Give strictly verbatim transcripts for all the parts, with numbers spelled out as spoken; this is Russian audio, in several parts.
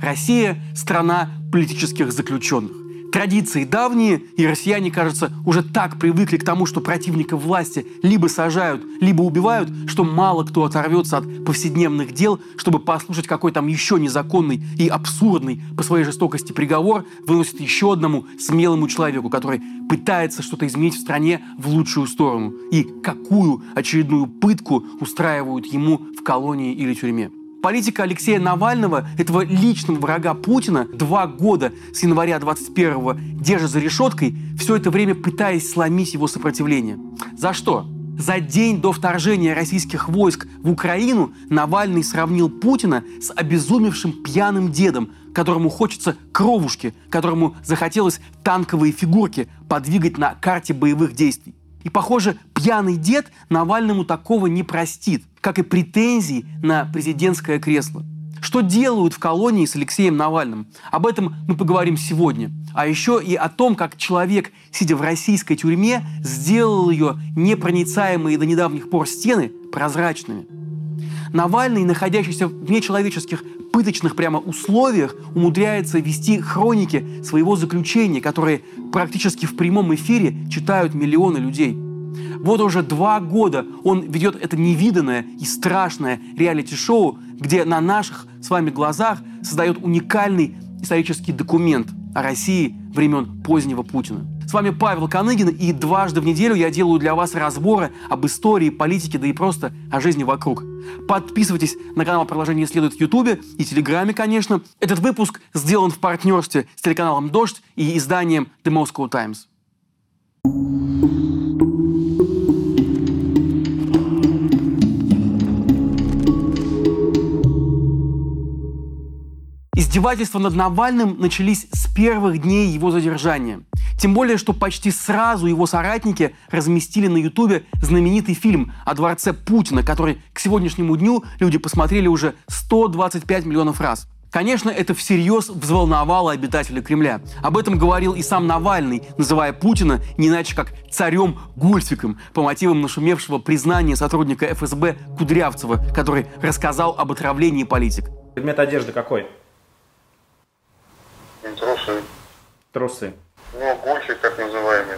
Россия – страна политических заключенных. Традиции давние, и россияне, кажется, уже так привыкли к тому, что противников власти либо сажают, либо убивают, что мало кто оторвется от повседневных дел, чтобы послушать, какой там еще незаконный и абсурдный по своей жестокости приговор выносит еще одному смелому человеку, который пытается что-то изменить в стране в лучшую сторону, и какую очередную пытку устраивают ему в колонии или тюрьме. Политика Алексея Навального, этого личного врага Путина, два года с января двадцать первого держит за решеткой, все это время пытаясь сломить его сопротивление. За что? За день до вторжения российских войск в Украину Навальный сравнил Путина с обезумевшим пьяным дедом, которому хочется кровушки, которому захотелось танковые фигурки подвигать на карте боевых действий. И, похоже, пьяный дед Навальному такого не простит, как и претензии на президентское кресло. Что делают в колонии с Алексеем Навальным? Об этом мы поговорим сегодня. А еще и о том, как человек, сидя в российской тюрьме, сделал ее непроницаемые до недавних пор стены прозрачными. Навальный, находящийся в нечеловеческих пыточных прямо условиях, умудряется вести хроники своего заключения, которые практически в прямом эфире читают миллионы людей. Вот уже два года он ведет это невиданное и страшное реалити-шоу, где на наших с вами глазах создает уникальный исторический документ о России времен позднего Путина. С вами Павел Коныгин, и дважды в неделю я делаю для вас разборы об истории, политике, да и просто о жизни вокруг. Подписывайтесь на канал «Продолжение следует» в Ютубе и Телеграме, конечно. Этот выпуск сделан в партнерстве с телеканалом «Дождь» и изданием The Moscow Times. Издевательства над Навальным начались с первых дней его задержания. Тем более, что почти сразу его соратники разместили на Ютубе знаменитый фильм о дворце Путина, который к сегодняшнему дню люди посмотрели уже сто двадцать пять миллионов раз. Конечно, это всерьез взволновало обитателей Кремля. Об этом говорил и сам Навальный, называя Путина не иначе как царем-гульфиком по мотивам нашумевшего признания сотрудника эф эс бэ Кудрявцева, который рассказал об отравлении политик. Предмет одежды какой? Трусы. Трусы. Ну, гульфик, так называемый.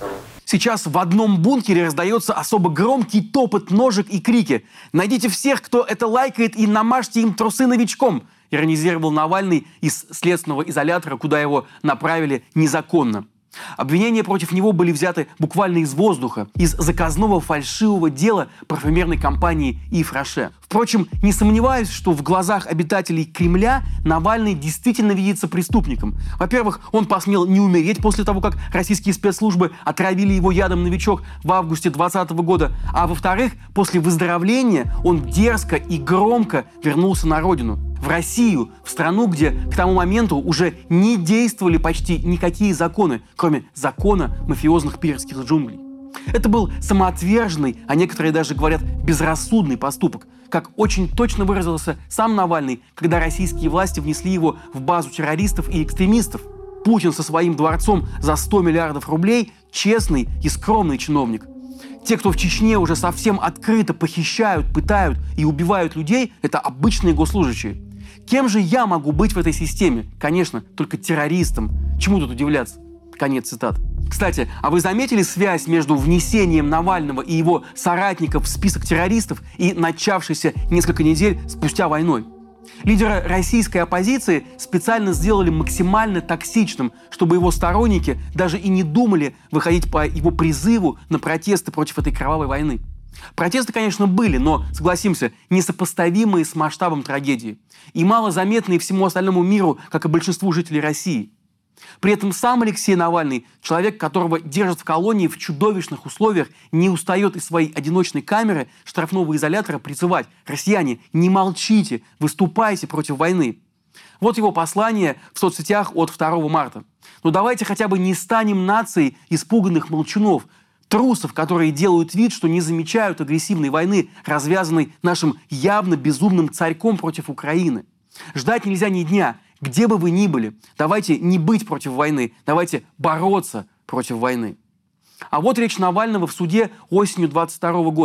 Сейчас в одном бункере раздается особо громкий топот ножек и крики. «Найдите всех, кто это лайкает, и намажьте им трусы новичком!» иронизировал Навальный из следственного изолятора, куда его направили незаконно. Обвинения против него были взяты буквально из воздуха, из заказного фальшивого дела парфюмерной компании Ив Роше. Впрочем, не сомневаюсь, что в глазах обитателей Кремля Навальный действительно видится преступником. Во-первых, он посмел не умереть после того, как российские спецслужбы отравили его ядом «Новичок» в августе двадцатого года. А во-вторых, после выздоровления он дерзко и громко вернулся на родину. В Россию, в страну, где к тому моменту уже не действовали почти никакие законы, кроме закона мафиозных питерских джунглей. Это был самоотверженный, а некоторые даже говорят безрассудный поступок, как очень точно выразился сам Навальный, когда российские власти внесли его в базу террористов и экстремистов. Путин со своим дворцом за сто миллиардов рублей – честный и скромный чиновник. Те, кто в Чечне уже совсем открыто похищают, пытают и убивают людей – это обычные госслужащие. Кем же я могу быть в этой системе? Конечно, только террористом. Чему тут удивляться? Конец цитаты. Кстати, а вы заметили связь между внесением Навального и его соратников в список террористов и начавшейся несколько недель спустя войной? Лидера российской оппозиции специально сделали максимально токсичным, чтобы его сторонники даже и не думали выходить по его призыву на протесты против этой кровавой войны. Протесты, конечно, были, но, согласимся, несопоставимые с масштабом трагедии. И малозаметные всему остальному миру, как и большинству жителей России. При этом сам Алексей Навальный, человек, которого держат в колонии в чудовищных условиях, не устает из своей одиночной камеры штрафного изолятора призывать: «Россияне, не молчите, выступайте против войны». Вот его послание в соцсетях от второго марта. Но давайте хотя бы не станем нацией испуганных молчунов, трусов, которые делают вид, что не замечают агрессивной войны, развязанной нашим явно безумным царьком против Украины. Ждать нельзя ни дня, где бы вы ни были. Давайте не быть против войны, давайте бороться против войны. А вот речь Навального в суде осенью двадцать второго года.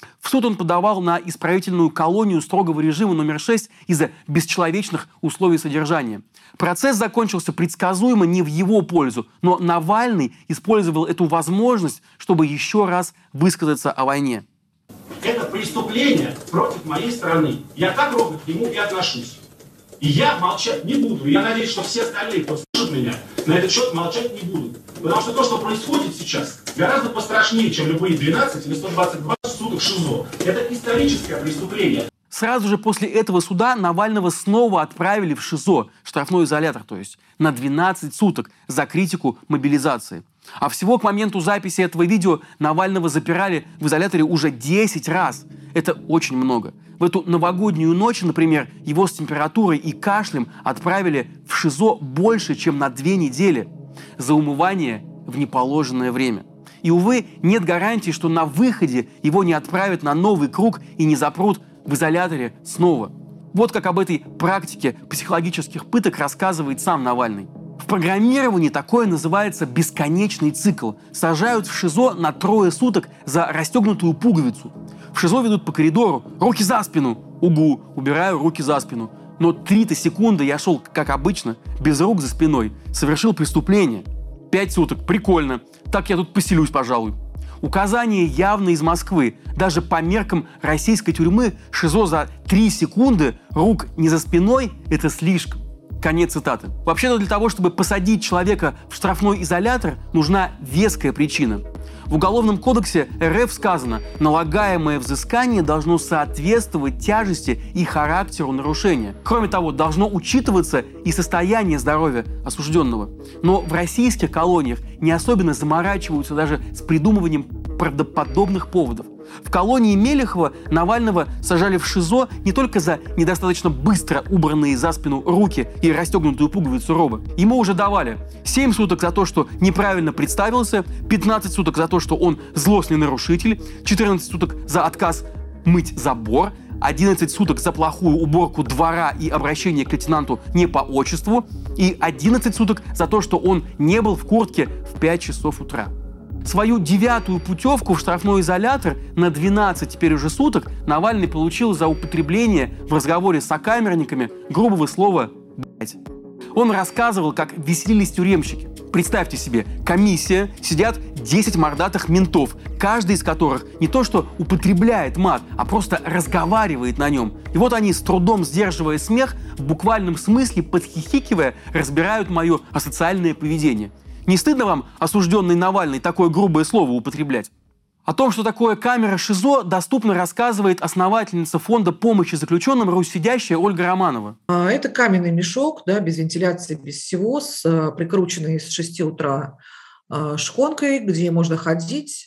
В суд он подавал на исправительную колонию строгого режима номер шесть из-за бесчеловечных условий содержания. Процесс закончился предсказуемо не в его пользу, но Навальный использовал эту возможность, чтобы еще раз высказаться о войне. Это преступление против моей страны. Я так ровно к нему и отношусь. И я молчать не буду. Я надеюсь, что все остальные, кто слушает меня, на этот счет молчать не будут. Потому что то, что происходит сейчас, гораздо пострашнее, чем любые двенадцать или сто двадцать два суток ШИЗО. Это историческое преступление. Сразу же после этого суда Навального снова отправили в ШИЗО, штрафной изолятор, то есть на двенадцать суток за критику мобилизации. А всего к моменту записи этого видео Навального запирали в изоляторе уже десять раз. Это очень много. В эту новогоднюю ночь, например, его с температурой и кашлем отправили в ШИЗО больше, чем на две недели за умывание в неположенное время. И, увы, нет гарантии, что на выходе его не отправят на новый круг и не запрут в изоляторе снова. Вот как об этой практике психологических пыток рассказывает сам Навальный. В программировании такое называется бесконечный цикл. Сажают в ШИЗО на трое суток за расстегнутую пуговицу. В ШИЗО ведут по коридору. Руки за спину. Угу, убираю руки за спину. Но три-то секунды я шел, как обычно, без рук за спиной. Совершил преступление. Пять суток. Прикольно. Так я тут поселюсь, пожалуй. Указание явно из Москвы. Даже по меркам российской тюрьмы ШИЗО за три секунды рук не за спиной – это слишком. Конец цитаты. Вообще-то для того, чтобы посадить человека в штрафной изолятор, нужна веская причина. В Уголовном кодексе эр эф сказано, налагаемое взыскание должно соответствовать тяжести и характеру нарушения. Кроме того, должно учитываться и состояние здоровья осужденного. Но в российских колониях не особенно заморачиваются даже с придумыванием правдоподобных поводов. В колонии Мелехова Навального сажали в ШИЗО не только за недостаточно быстро убранные за спину руки и расстегнутую пуговицу роба. Ему уже давали семь суток за то, что неправильно представился, пятнадцать суток за то, что он злостный нарушитель, четырнадцать суток за отказ мыть забор, одиннадцать суток за плохую уборку двора и обращение к лейтенанту не по отчеству и одиннадцать суток за то, что он не был в куртке в пять часов утра. Свою девятую путевку в штрафной изолятор на двенадцать теперь уже суток Навальный получил за употребление в разговоре с сокамерниками грубого слова «блядь». Он рассказывал, как веселились тюремщики. Представьте себе, комиссия, сидят десять мордатых ментов, каждый из которых не то что употребляет мат, а просто разговаривает на нем. И вот они, с трудом сдерживая смех, в буквальном смысле подхихикивая, разбирают мое асоциальное поведение. Не стыдно вам, осужденный Навальный, такое грубое слово употреблять? О том, что такое камера ШИЗО, доступно рассказывает основательница фонда помощи заключенным «Русь-сидящая» Ольга Романова. Это каменный мешок, да, без вентиляции, без всего, с прикрученной с шести утра шконкой, где можно ходить,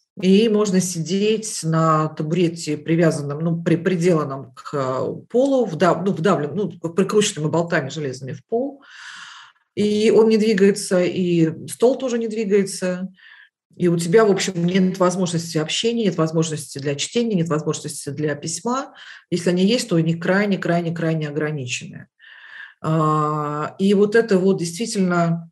и можно сидеть на табурете, привязанном, ну, при, приделанном к полу, вдав, ну, вдавлен, ну, прикрученными болтами железными в пол. И он не двигается, и стол тоже не двигается. И у тебя, в общем, нет возможности общения, нет возможности для чтения, нет возможности для письма. Если они есть, то они крайне-крайне-крайне ограничены. И вот это вот действительно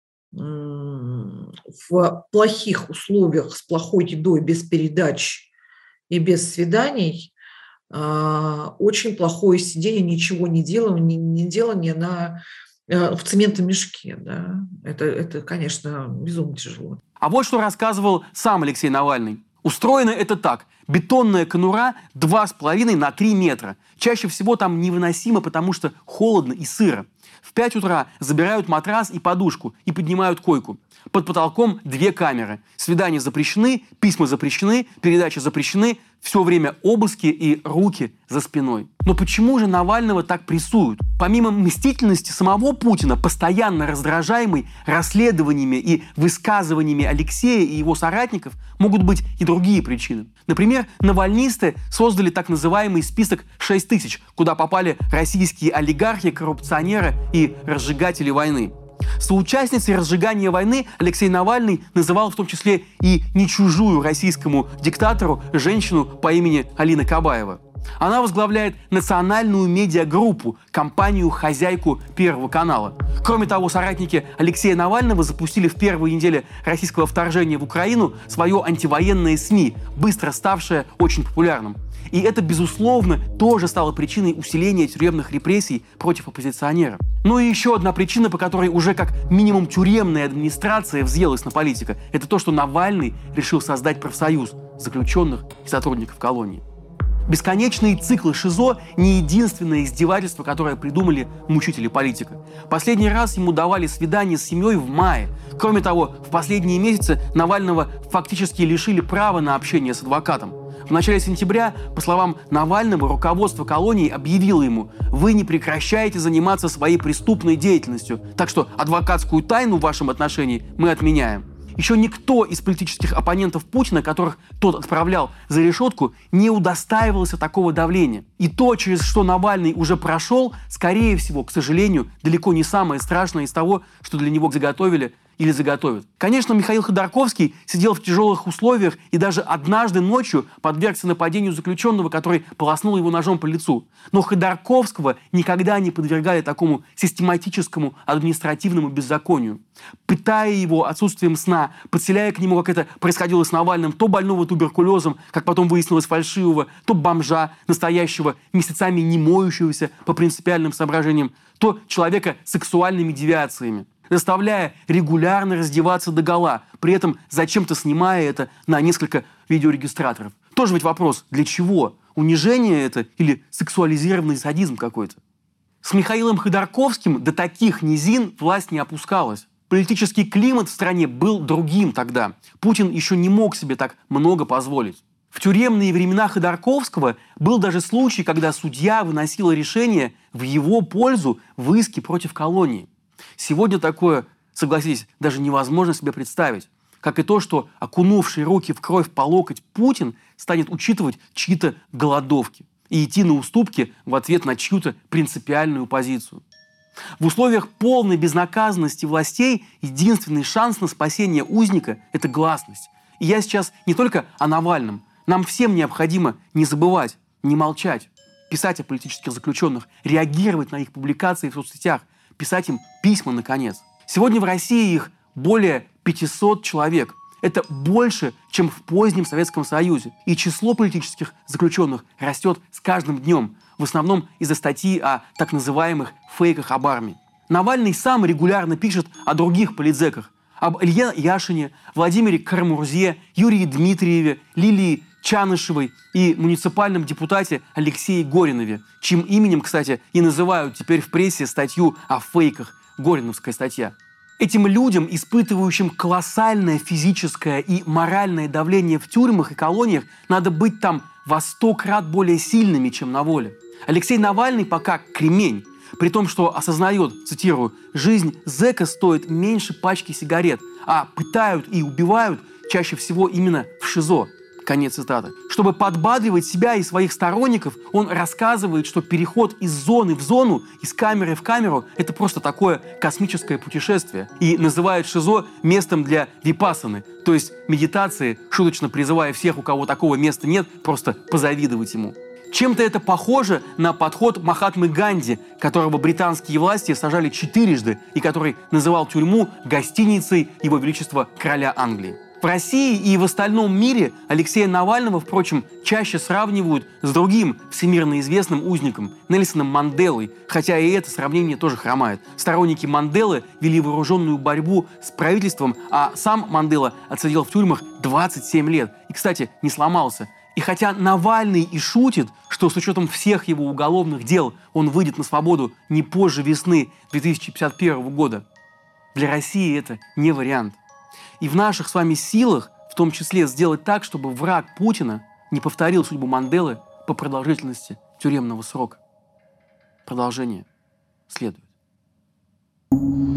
в плохих условиях, с плохой едой, без передач и без свиданий, очень плохое сидение, ничего не делание, не делание на... в цементном мешке, да, это, это, конечно, безумно тяжело. А вот что рассказывал сам Алексей Навальный. Устроено это так. Бетонная конура два с половиной на три метра. Чаще всего там невыносимо, потому что холодно и сыро. В пять утра забирают матрас и подушку и поднимают койку. Под потолком две камеры. Свидания запрещены, письма запрещены, передачи запрещены. Все время обыски и руки за спиной. Но почему же Навального так прессуют? Помимо мстительности самого Путина, постоянно раздражаемый расследованиями и высказываниями Алексея и его соратников, могут быть и другие причины. Например, навальнисты создали так называемый список шесть тысяч, куда попали российские олигархи, коррупционеры и разжигатели войны. Соучастницей разжигания войны Алексей Навальный называл в том числе и не чужую российскому диктатору женщину по имени Алина Кабаева. Она возглавляет национальную медиагруппу, компанию-хозяйку Первого канала. Кроме того, соратники Алексея Навального запустили в первые недели российского вторжения в Украину свое антивоенное СМИ, быстро ставшее очень популярным. И это, безусловно, тоже стало причиной усиления тюремных репрессий против оппозиционера. Ну и еще одна причина, по которой уже как минимум тюремная администрация взъелась на политика, это то, что Навальный решил создать профсоюз заключенных и сотрудников колонии. Бесконечные циклы ШИЗО – не единственное издевательство, которое придумали мучители политика. Последний раз ему давали свидание с семьей в мае. Кроме того, в последние месяцы Навального фактически лишили права на общение с адвокатом. В начале сентября, по словам Навального, руководство колонии объявило ему: «Вы не прекращаете заниматься своей преступной деятельностью, так что адвокатскую тайну в вашем отношении мы отменяем». Еще никто из политических оппонентов Путина, которых тот отправлял за решетку, не удостаивался такого давления. И то, через что Навальный уже прошел, скорее всего, к сожалению, далеко не самое страшное из того, что для него заготовили или заготовят. Конечно, Михаил Ходорковский сидел в тяжелых условиях и даже однажды ночью подвергся нападению заключенного, который полоснул его ножом по лицу. Но Ходорковского никогда не подвергали такому систематическому административному беззаконию. Пытая его отсутствием сна, подселяя к нему, как это происходило с Навальным, то больного туберкулезом, как потом выяснилось, фальшивого, то бомжа, настоящего, месяцами не моющегося по принципиальным соображениям, то человека с сексуальными девиациями, заставляя регулярно раздеваться догола, при этом зачем-то снимая это на несколько видеорегистраторов. Тоже ведь вопрос, для чего? Унижение это или сексуализированный садизм какой-то? С Михаилом Ходорковским до таких низин власть не опускалась. Политический климат в стране был другим тогда. Путин еще не мог себе так много позволить. В тюремные времена Ходорковского был даже случай, когда судья выносила решение в его пользу в иске против колонии. Сегодня такое, согласитесь, даже невозможно себе представить. Как и то, что окунувший руки в кровь по локоть Путин станет учитывать чьи-то голодовки и идти на уступки в ответ на чью-то принципиальную позицию. В условиях полной безнаказанности властей единственный шанс на спасение узника – это гласность. И я сейчас не только о Навальном. Нам всем необходимо не забывать, не молчать, писать о политических заключенных, реагировать на их публикации в соцсетях, писать им письма, наконец. Сегодня в России их более пятисот человек. Это больше, чем в позднем Советском Союзе. И число политических заключенных растет с каждым днем, в основном из-за статьи о так называемых фейках об армии. Навальный сам регулярно пишет о других политзеках. Об Илье Яшине, Владимире Карамурзе, Юрии Дмитриеве, Лилии Чанышевой и муниципальном депутате Алексее Горинове, чьим именем, кстати, и называют теперь в прессе статью о фейках, гориновская статья. Этим людям, испытывающим колоссальное физическое и моральное давление в тюрьмах и колониях, надо быть там во сто крат более сильными, чем на воле. Алексей Навальный пока кремень, при том, что осознает, цитирую, «жизнь зэка стоит меньше пачки сигарет, а пытают и убивают чаще всего именно в ШИЗО». Конец цитаты. Чтобы подбадривать себя и своих сторонников, он рассказывает, что переход из зоны в зону, из камеры в камеру – это просто такое космическое путешествие. И называет ШИЗО местом для випассаны, то есть медитации, шуточно призывая всех, у кого такого места нет, просто позавидовать ему. Чем-то это похоже на подход Махатмы Ганди, которого британские власти сажали четырежды и который называл тюрьму гостиницей Его Величества Короля Англии. В России и в остальном мире Алексея Навального, впрочем, чаще сравнивают с другим всемирно известным узником Нельсоном Манделой, хотя и это сравнение тоже хромает. Сторонники Манделы вели вооруженную борьбу с правительством, а сам Мандела отсидел в тюрьмах двадцать семь лет и, кстати, не сломался. И хотя Навальный и шутит, что с учетом всех его уголовных дел он выйдет на свободу не позже весны две тысячи пятьдесят первого года, для России это не вариант. И в наших с вами силах, в том числе, сделать так, чтобы враг Путина не повторил судьбу Манделы по продолжительности тюремного срока. Продолжение следует.